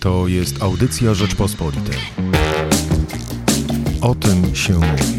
To jest audycja Rzeczpospolitej. O tym się mówi.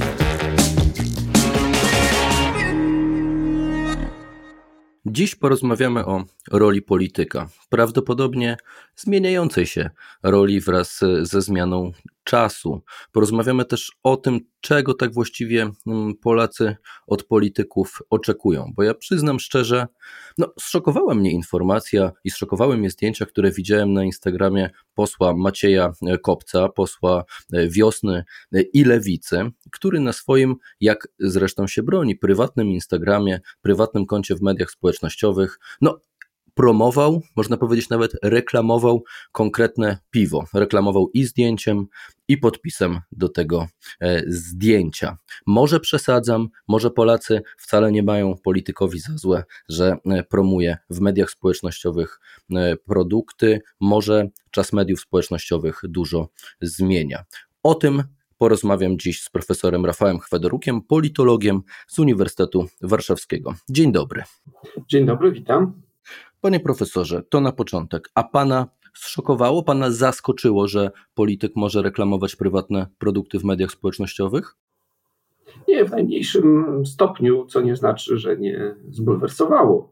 Dziś porozmawiamy o roli polityka, prawdopodobnie zmieniającej się roli wraz ze zmianą czasu. Porozmawiamy też o tym, czego tak właściwie Polacy od polityków oczekują, bo ja przyznam szczerze, zszokowała mnie informacja i zszokowały mnie zdjęcia, które widziałem na Instagramie posła Macieja Kopca, posła Wiosny i Lewicy, który na swoim, jak zresztą się broni, prywatnym Instagramie, prywatnym koncie w mediach społecznościowych, promował, można powiedzieć nawet reklamował konkretne piwo. Reklamował i zdjęciem, i podpisem do tego zdjęcia. Może przesadzam, może Polacy wcale nie mają politykowi za złe, że promuje w mediach społecznościowych produkty, może czas mediów społecznościowych dużo zmienia. O tym porozmawiam dziś z profesorem Rafałem Chwedorukiem, politologiem z Uniwersytetu Warszawskiego. Dzień dobry. Dzień dobry, witam. Panie profesorze, to na początek. A pana zszokowało, pana zaskoczyło, że polityk może reklamować prywatne produkty w mediach społecznościowych? Nie, w najmniejszym stopniu, co nie znaczy, że nie zbulwersowało.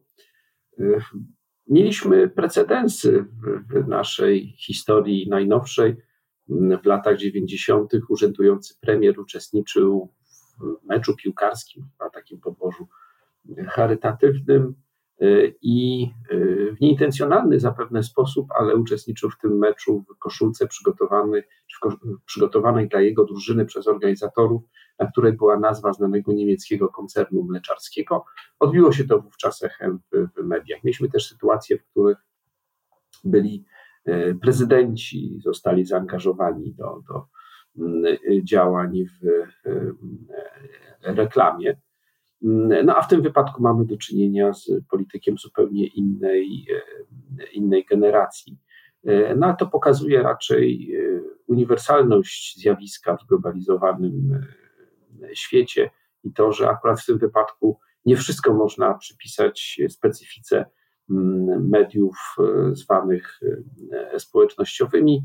Mieliśmy precedensy w naszej historii najnowszej. W latach 90. urzędujący premier uczestniczył w meczu piłkarskim na takim podłożu charytatywnym i w nieintencjonalny zapewne sposób, ale uczestniczył w tym meczu w koszulce przygotowanej dla jego drużyny przez organizatorów, na której była nazwa znanego niemieckiego koncernu mleczarskiego. Odbiło się to wówczas echem w mediach. Mieliśmy też sytuacje, w których byli prezydenci, zostali zaangażowani do działań w reklamie. A w tym wypadku mamy do czynienia z politykiem zupełnie innej generacji. Ale to pokazuje raczej uniwersalność zjawiska w zglobalizowanym świecie i to, że akurat w tym wypadku nie wszystko można przypisać specyfice mediów zwanych społecznościowymi.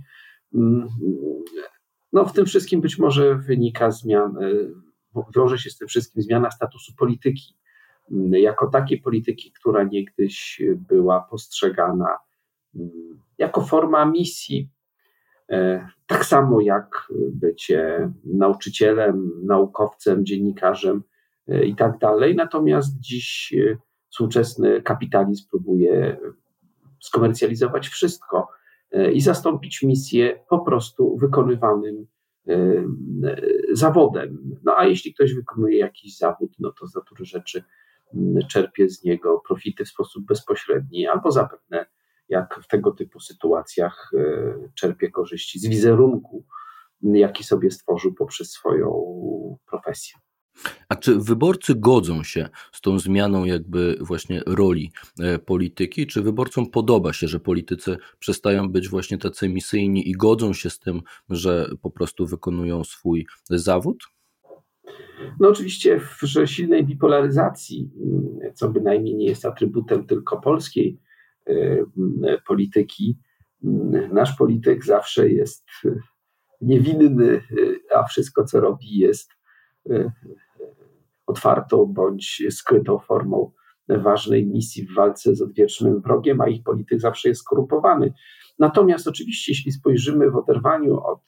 W tym wszystkim być może wiąże się z tym wszystkim zmiana statusu polityki, jako takiej polityki, która niegdyś była postrzegana jako forma misji, tak samo jak bycie nauczycielem, naukowcem, dziennikarzem i tak dalej. Natomiast dziś współczesny kapitalizm próbuje skomercjalizować wszystko i zastąpić misję po prostu wykonywanym zawodem. A jeśli ktoś wykonuje jakiś zawód, to z natury rzeczy czerpie z niego profity w sposób bezpośredni, albo zapewne, jak w tego typu sytuacjach, czerpie korzyści z wizerunku, jaki sobie stworzył poprzez swoją profesję. A czy wyborcy godzą się z tą zmianą jakby właśnie roli polityki? Czy wyborcom podoba się, że politycy przestają być właśnie tacy misyjni i godzą się z tym, że po prostu wykonują swój zawód? Oczywiście w silnej bipolaryzacji, co bynajmniej nie jest atrybutem tylko polskiej polityki, nasz polityk zawsze jest niewinny, a wszystko co robi jest otwartą bądź skrytą formą ważnej misji w walce z odwiecznym wrogiem, a ich polityk zawsze jest skorumpowany. Natomiast oczywiście, jeśli spojrzymy w oderwaniu od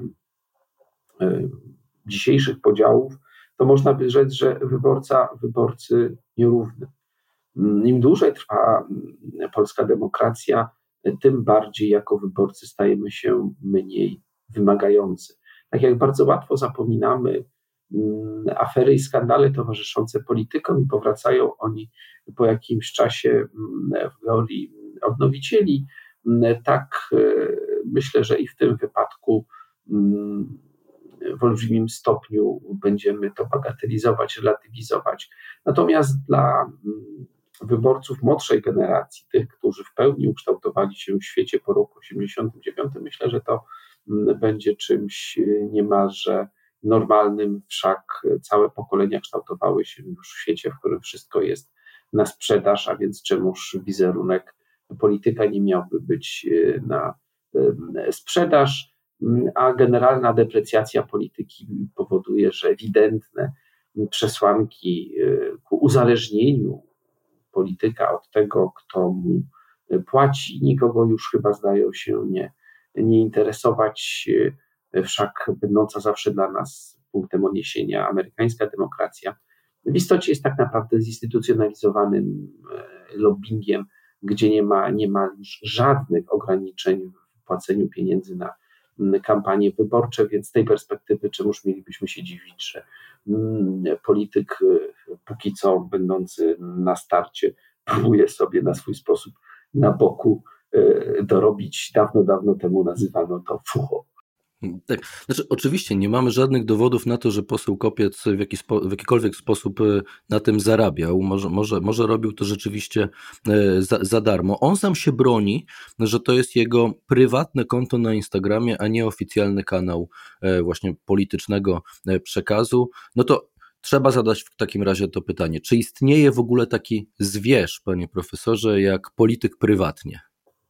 dzisiejszych podziałów, to można by rzec, że wyborcy nierówny. Im dłużej trwa polska demokracja, tym bardziej jako wyborcy stajemy się mniej wymagający. Tak jak bardzo łatwo zapominamy afery i skandale towarzyszące politykom i powracają oni po jakimś czasie w glorii odnowicieli, tak myślę, że i w tym wypadku w olbrzymim stopniu będziemy to bagatelizować, relatywizować. Natomiast dla wyborców młodszej generacji, tych, którzy w pełni ukształtowali się w świecie po roku 1989, myślę, że to będzie czymś niemalże normalnym, wszak całe pokolenia kształtowały się już w świecie, w którym wszystko jest na sprzedaż, a więc czemuż wizerunek polityka nie miałby być na sprzedaż, a generalna deprecjacja polityki powoduje, że ewidentne przesłanki ku uzależnieniu polityka od tego, kto mu płaci, nikogo już chyba zdają się nie interesować, wszak będąca zawsze dla nas punktem odniesienia amerykańska demokracja w istocie jest tak naprawdę zinstytucjonalizowanym lobbingiem, gdzie nie ma już żadnych ograniczeń w płaceniu pieniędzy na kampanie wyborcze, więc z tej perspektywy czemuż mielibyśmy się dziwić, że polityk póki co będący na starcie próbuje sobie na swój sposób na boku dorobić. Dawno temu nazywano to fucho. Tak, znaczy oczywiście nie mamy żadnych dowodów na to, że poseł Kopiec w jakikolwiek sposób na tym zarabiał. Może robił to rzeczywiście za darmo. On sam się broni, że to jest jego prywatne konto na Instagramie, a nie oficjalny kanał właśnie politycznego przekazu. No to trzeba zadać w takim razie to pytanie, czy istnieje w ogóle taki zwierz, panie profesorze, jak polityk prywatnie?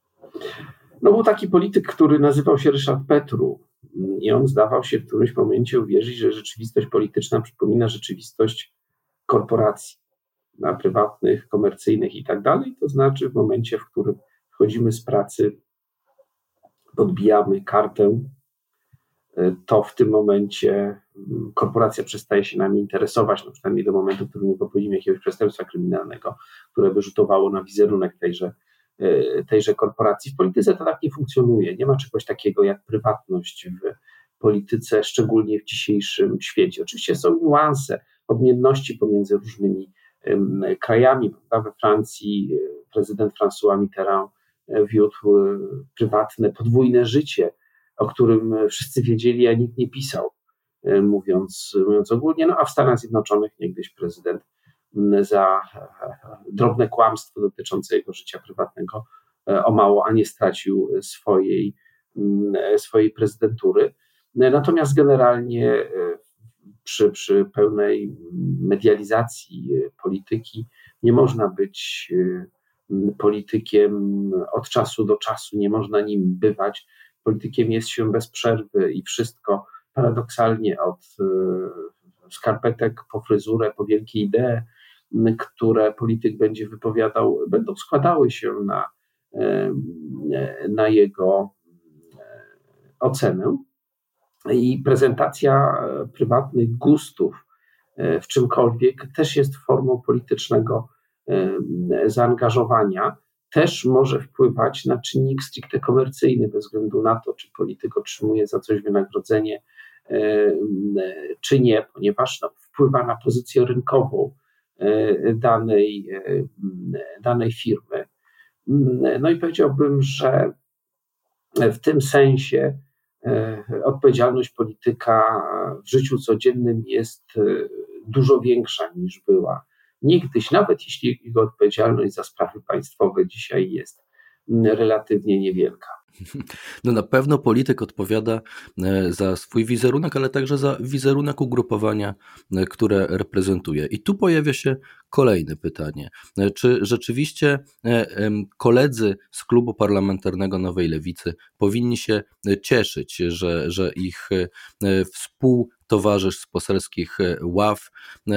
No był taki polityk, który nazywał się Ryszard Petru i on zdawał się w którymś momencie uwierzyć, że rzeczywistość polityczna przypomina rzeczywistość korporacji, prywatnych, komercyjnych i tak dalej. To znaczy w momencie, w którym wchodzimy z pracy, podbijamy kartę, to w tym momencie korporacja przestaje się nami interesować, no przynajmniej do momentu, w którym nie popełnimy jakiegoś przestępstwa kryminalnego, które by rzutowało na wizerunek tejże korporacji. W polityce to tak nie funkcjonuje. Nie ma czegoś takiego jak prywatność w polityce, szczególnie w dzisiejszym świecie. Oczywiście są niuanse, odmienności pomiędzy różnymi krajami. We Francji prezydent François Mitterrand wiódł prywatne, podwójne życie, o którym wszyscy wiedzieli, a nikt nie pisał, mówiąc ogólnie. No a w Stanach Zjednoczonych niegdyś prezydent za drobne kłamstwo dotyczące jego życia prywatnego o mało, a nie stracił swojej prezydentury. Natomiast generalnie przy pełnej medializacji polityki nie można być politykiem od czasu do czasu, nie można nim bywać. Politykiem jest się bez przerwy i wszystko paradoksalnie od skarpetek po fryzurę, po wielkie idee, które polityk będzie wypowiadał, będą składały się na jego ocenę. I prezentacja prywatnych gustów w czymkolwiek też jest formą politycznego zaangażowania, też może wpływać na czynnik stricte komercyjny, bez względu na to, czy polityk otrzymuje za coś wynagrodzenie, czy nie, ponieważ wpływa na pozycję rynkową danej firmy. No i powiedziałbym, że w tym sensie odpowiedzialność polityka w życiu codziennym jest dużo większa niż była niegdyś, nawet jeśli jego odpowiedzialność za sprawy państwowe dzisiaj jest relatywnie niewielka. No na pewno polityk odpowiada za swój wizerunek, ale także za wizerunek ugrupowania, które reprezentuje. I tu pojawia się kolejne pytanie. Czy rzeczywiście koledzy z klubu parlamentarnego Nowej Lewicy powinni się cieszyć, że ich współtowarzysz z poselskich ław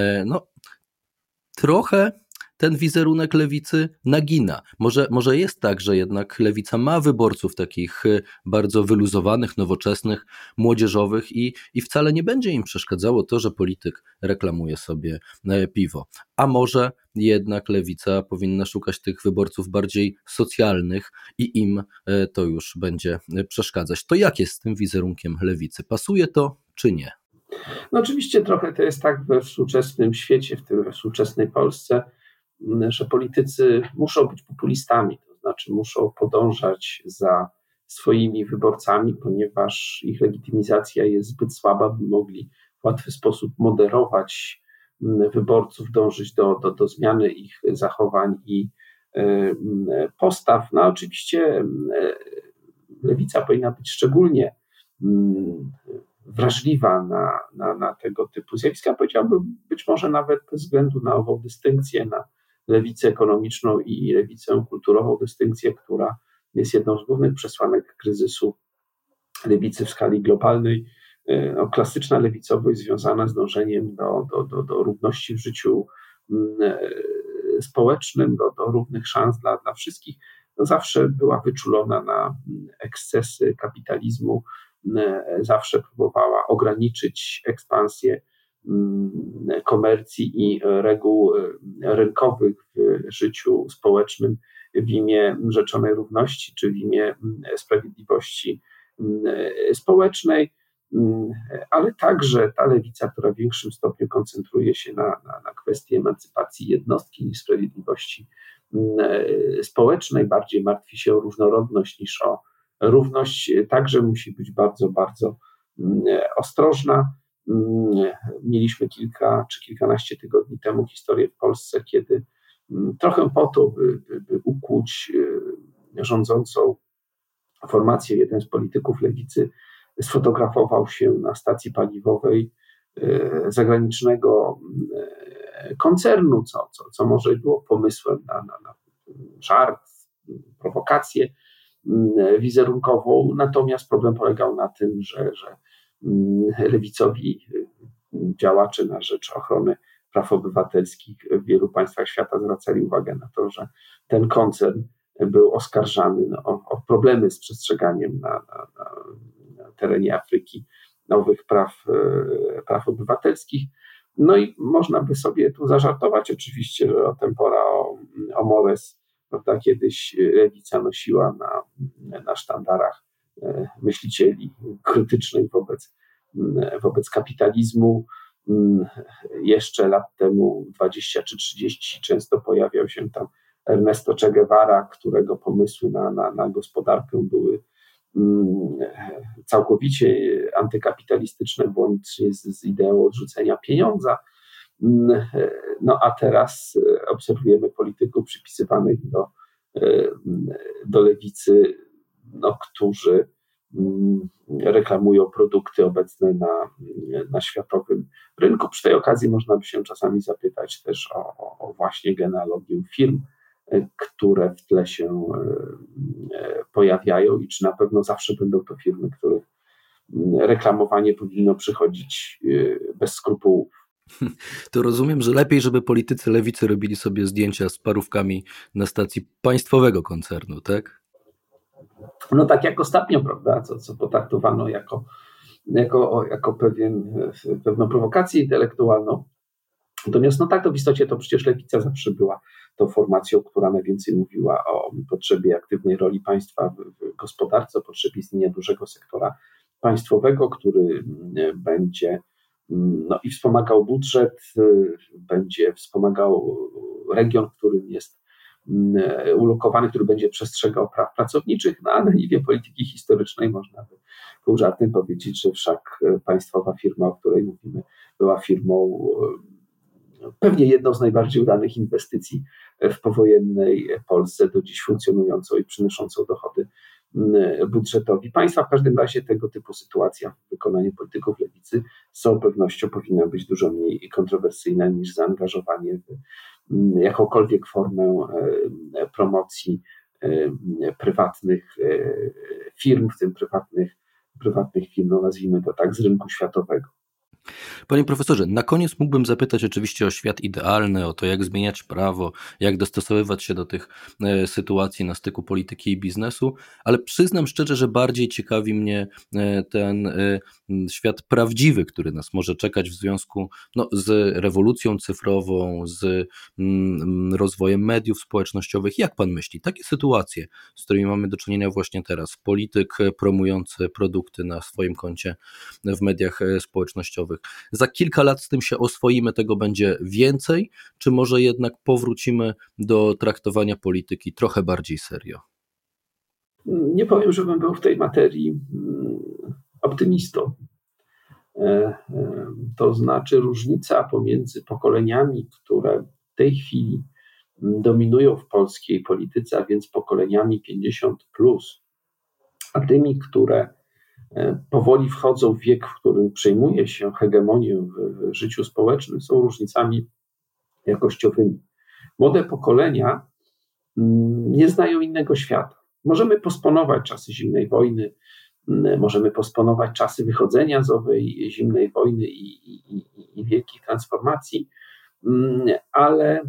trochę ten wizerunek lewicy nagina. Może jest tak, że jednak lewica ma wyborców takich bardzo wyluzowanych, nowoczesnych, młodzieżowych i wcale nie będzie im przeszkadzało to, że polityk reklamuje sobie piwo. A może jednak lewica powinna szukać tych wyborców bardziej socjalnych i im to już będzie przeszkadzać. To jak jest z tym wizerunkiem lewicy? Pasuje to czy nie? No oczywiście trochę to jest tak we współczesnym świecie, w tym we współczesnej Polsce, że politycy muszą być populistami, to znaczy muszą podążać za swoimi wyborcami, ponieważ ich legitymizacja jest zbyt słaba, by mogli w łatwy sposób moderować wyborców, dążyć do zmiany ich zachowań i postaw. No oczywiście lewica powinna być szczególnie wrażliwa na tego typu zjawiska. Powiedziałbym, być może nawet bez względu na ową dystynkcję, na lewicę ekonomiczną i lewicę kulturową, dystynkcję, która jest jedną z głównych przesłanek kryzysu lewicy w skali globalnej. Klasyczna lewicowość związana z dążeniem do równości w życiu społecznym, do równych szans dla wszystkich, zawsze była wyczulona na ekscesy kapitalizmu, zawsze próbowała ograniczyć ekspansję komercji i reguł rynkowych w życiu społecznym w imię rzeczonej równości czy w imię sprawiedliwości społecznej, ale także ta lewica, która w większym stopniu koncentruje się na kwestii emancypacji jednostki niż sprawiedliwości społecznej, bardziej martwi się o różnorodność niż o równość, także musi być bardzo, bardzo ostrożna. Mieliśmy kilka czy kilkanaście tygodni temu historię w Polsce, kiedy trochę po to, by ukłuć rządzącą formację, jeden z polityków lewicy sfotografował się na stacji paliwowej zagranicznego koncernu, co może było pomysłem na żart, prowokację wizerunkową. Natomiast problem polegał na tym, że lewicowi działacze na rzecz ochrony praw obywatelskich w wielu państwach świata zwracali uwagę na to, że ten koncern był oskarżany o problemy z przestrzeganiem na terenie Afryki nowych praw obywatelskich. No i można by sobie tu zażartować oczywiście, że o tempora, o mores, prawda, kiedyś lewica nosiła na sztandarach myślicieli krytycznych wobec kapitalizmu. Jeszcze lat temu 20 czy 30 często pojawiał się tam Ernesto Che Guevara, którego pomysły na gospodarkę były całkowicie antykapitalistyczne, włącznie z ideą odrzucenia pieniądza. No a teraz obserwujemy polityków przypisywanych do lewicy, którzy reklamują produkty obecne na światowym rynku. Przy tej okazji można by się czasami zapytać też o właśnie genealogię firm, które w tle się pojawiają i czy na pewno zawsze będą to firmy, których reklamowanie powinno przychodzić bez skrupułów. To rozumiem, że lepiej, żeby politycy lewicy robili sobie zdjęcia z parówkami na stacji państwowego koncernu, tak? No tak jak ostatnio, prawda, co potraktowano jako pewną prowokację intelektualną. Natomiast tak, to w istocie to przecież lewica zawsze była tą formacją, która najwięcej mówiła o potrzebie aktywnej roli państwa w gospodarce, o potrzebie istnienia dużego sektora państwowego, który będzie i wspomagał budżet, będzie wspomagał region, w którym jest ulokowany, który będzie przestrzegał praw pracowniczych, a na niwie polityki historycznej można by pół żartem powiedzieć, że wszak państwowa firma, o której mówimy, była firmą pewnie jedną z najbardziej udanych inwestycji w powojennej Polsce, do dziś funkcjonującą i przynoszącą dochody budżetowi państwa. W każdym razie tego typu sytuacja w wykonaniu polityków lewicy z całą pewnością powinna być dużo mniej kontrowersyjna niż zaangażowanie w jakąkolwiek formę promocji prywatnych firm, w tym prywatnych firm, nazwijmy to tak, z rynku światowego. Panie profesorze, na koniec mógłbym zapytać oczywiście o świat idealny, o to, jak zmieniać prawo, jak dostosowywać się do tych sytuacji na styku polityki i biznesu, ale przyznam szczerze, że bardziej ciekawi mnie ten świat prawdziwy, który nas może czekać w związku z rewolucją cyfrową, z rozwojem mediów społecznościowych. Jak pan myśli, takie sytuacje, z którymi mamy do czynienia właśnie teraz, polityk promujący produkty na swoim koncie w mediach społecznościowych, za kilka lat z tym się oswoimy, tego będzie więcej, czy może jednak powrócimy do traktowania polityki trochę bardziej serio? Nie powiem, żebym był w tej materii optymistą. To znaczy różnica pomiędzy pokoleniami, które w tej chwili dominują w polskiej polityce, a więc pokoleniami 50+, a tymi, które powoli wchodzą w wiek, w którym przejmuje się hegemonię w życiu społecznym, są różnicami jakościowymi. Młode pokolenia nie znają innego świata. Możemy posponować czasy zimnej wojny, możemy posponować czasy wychodzenia z owej zimnej wojny i wielkich transformacji, ale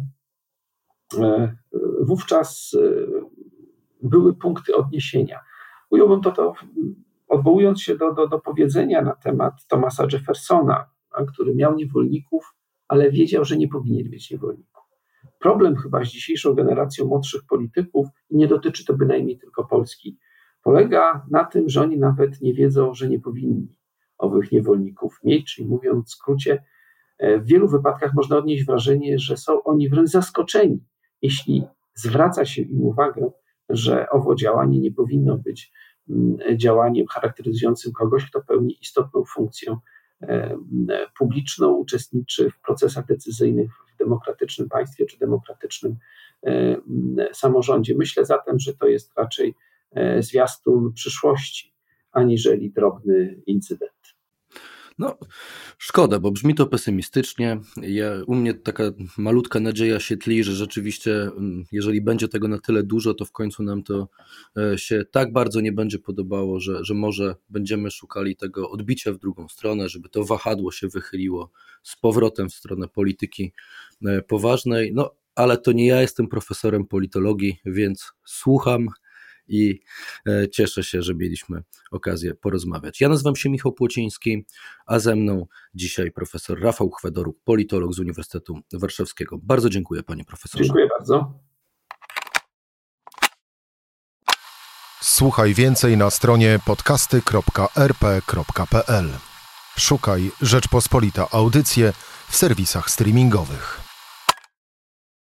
wówczas były punkty odniesienia. Ująłbym to odwołując się do powiedzenia na temat Thomasa Jeffersona, który miał niewolników, ale wiedział, że nie powinien mieć niewolników. Problem chyba z dzisiejszą generacją młodszych polityków, i nie dotyczy to bynajmniej tylko Polski, polega na tym, że oni nawet nie wiedzą, że nie powinni owych niewolników mieć, czyli mówiąc w skrócie, w wielu wypadkach można odnieść wrażenie, że są oni wręcz zaskoczeni, jeśli zwraca się im uwagę, że owo działanie nie powinno być działaniem charakteryzującym kogoś, kto pełni istotną funkcję publiczną, uczestniczy w procesach decyzyjnych w demokratycznym państwie czy demokratycznym samorządzie. Myślę zatem, że to jest raczej zwiastun przyszłości, aniżeli drobny incydent. No, szkoda, bo brzmi to pesymistycznie. U mnie taka malutka nadzieja się tli, że rzeczywiście, jeżeli będzie tego na tyle dużo, to w końcu nam to się tak bardzo nie będzie podobało, że może będziemy szukali tego odbicia w drugą stronę, żeby to wahadło się wychyliło z powrotem w stronę polityki poważnej. No, ale to nie ja jestem profesorem politologii, więc słucham i cieszę się, że mieliśmy okazję porozmawiać. Ja nazywam się Michał Płociński, a ze mną dzisiaj profesor Rafał Chwedoruk, politolog z Uniwersytetu Warszawskiego. Bardzo dziękuję, panie profesorze. Dziękuję bardzo. Słuchaj więcej na stronie podcasty.rp.pl. Szukaj Rzeczpospolita Audycje w serwisach streamingowych.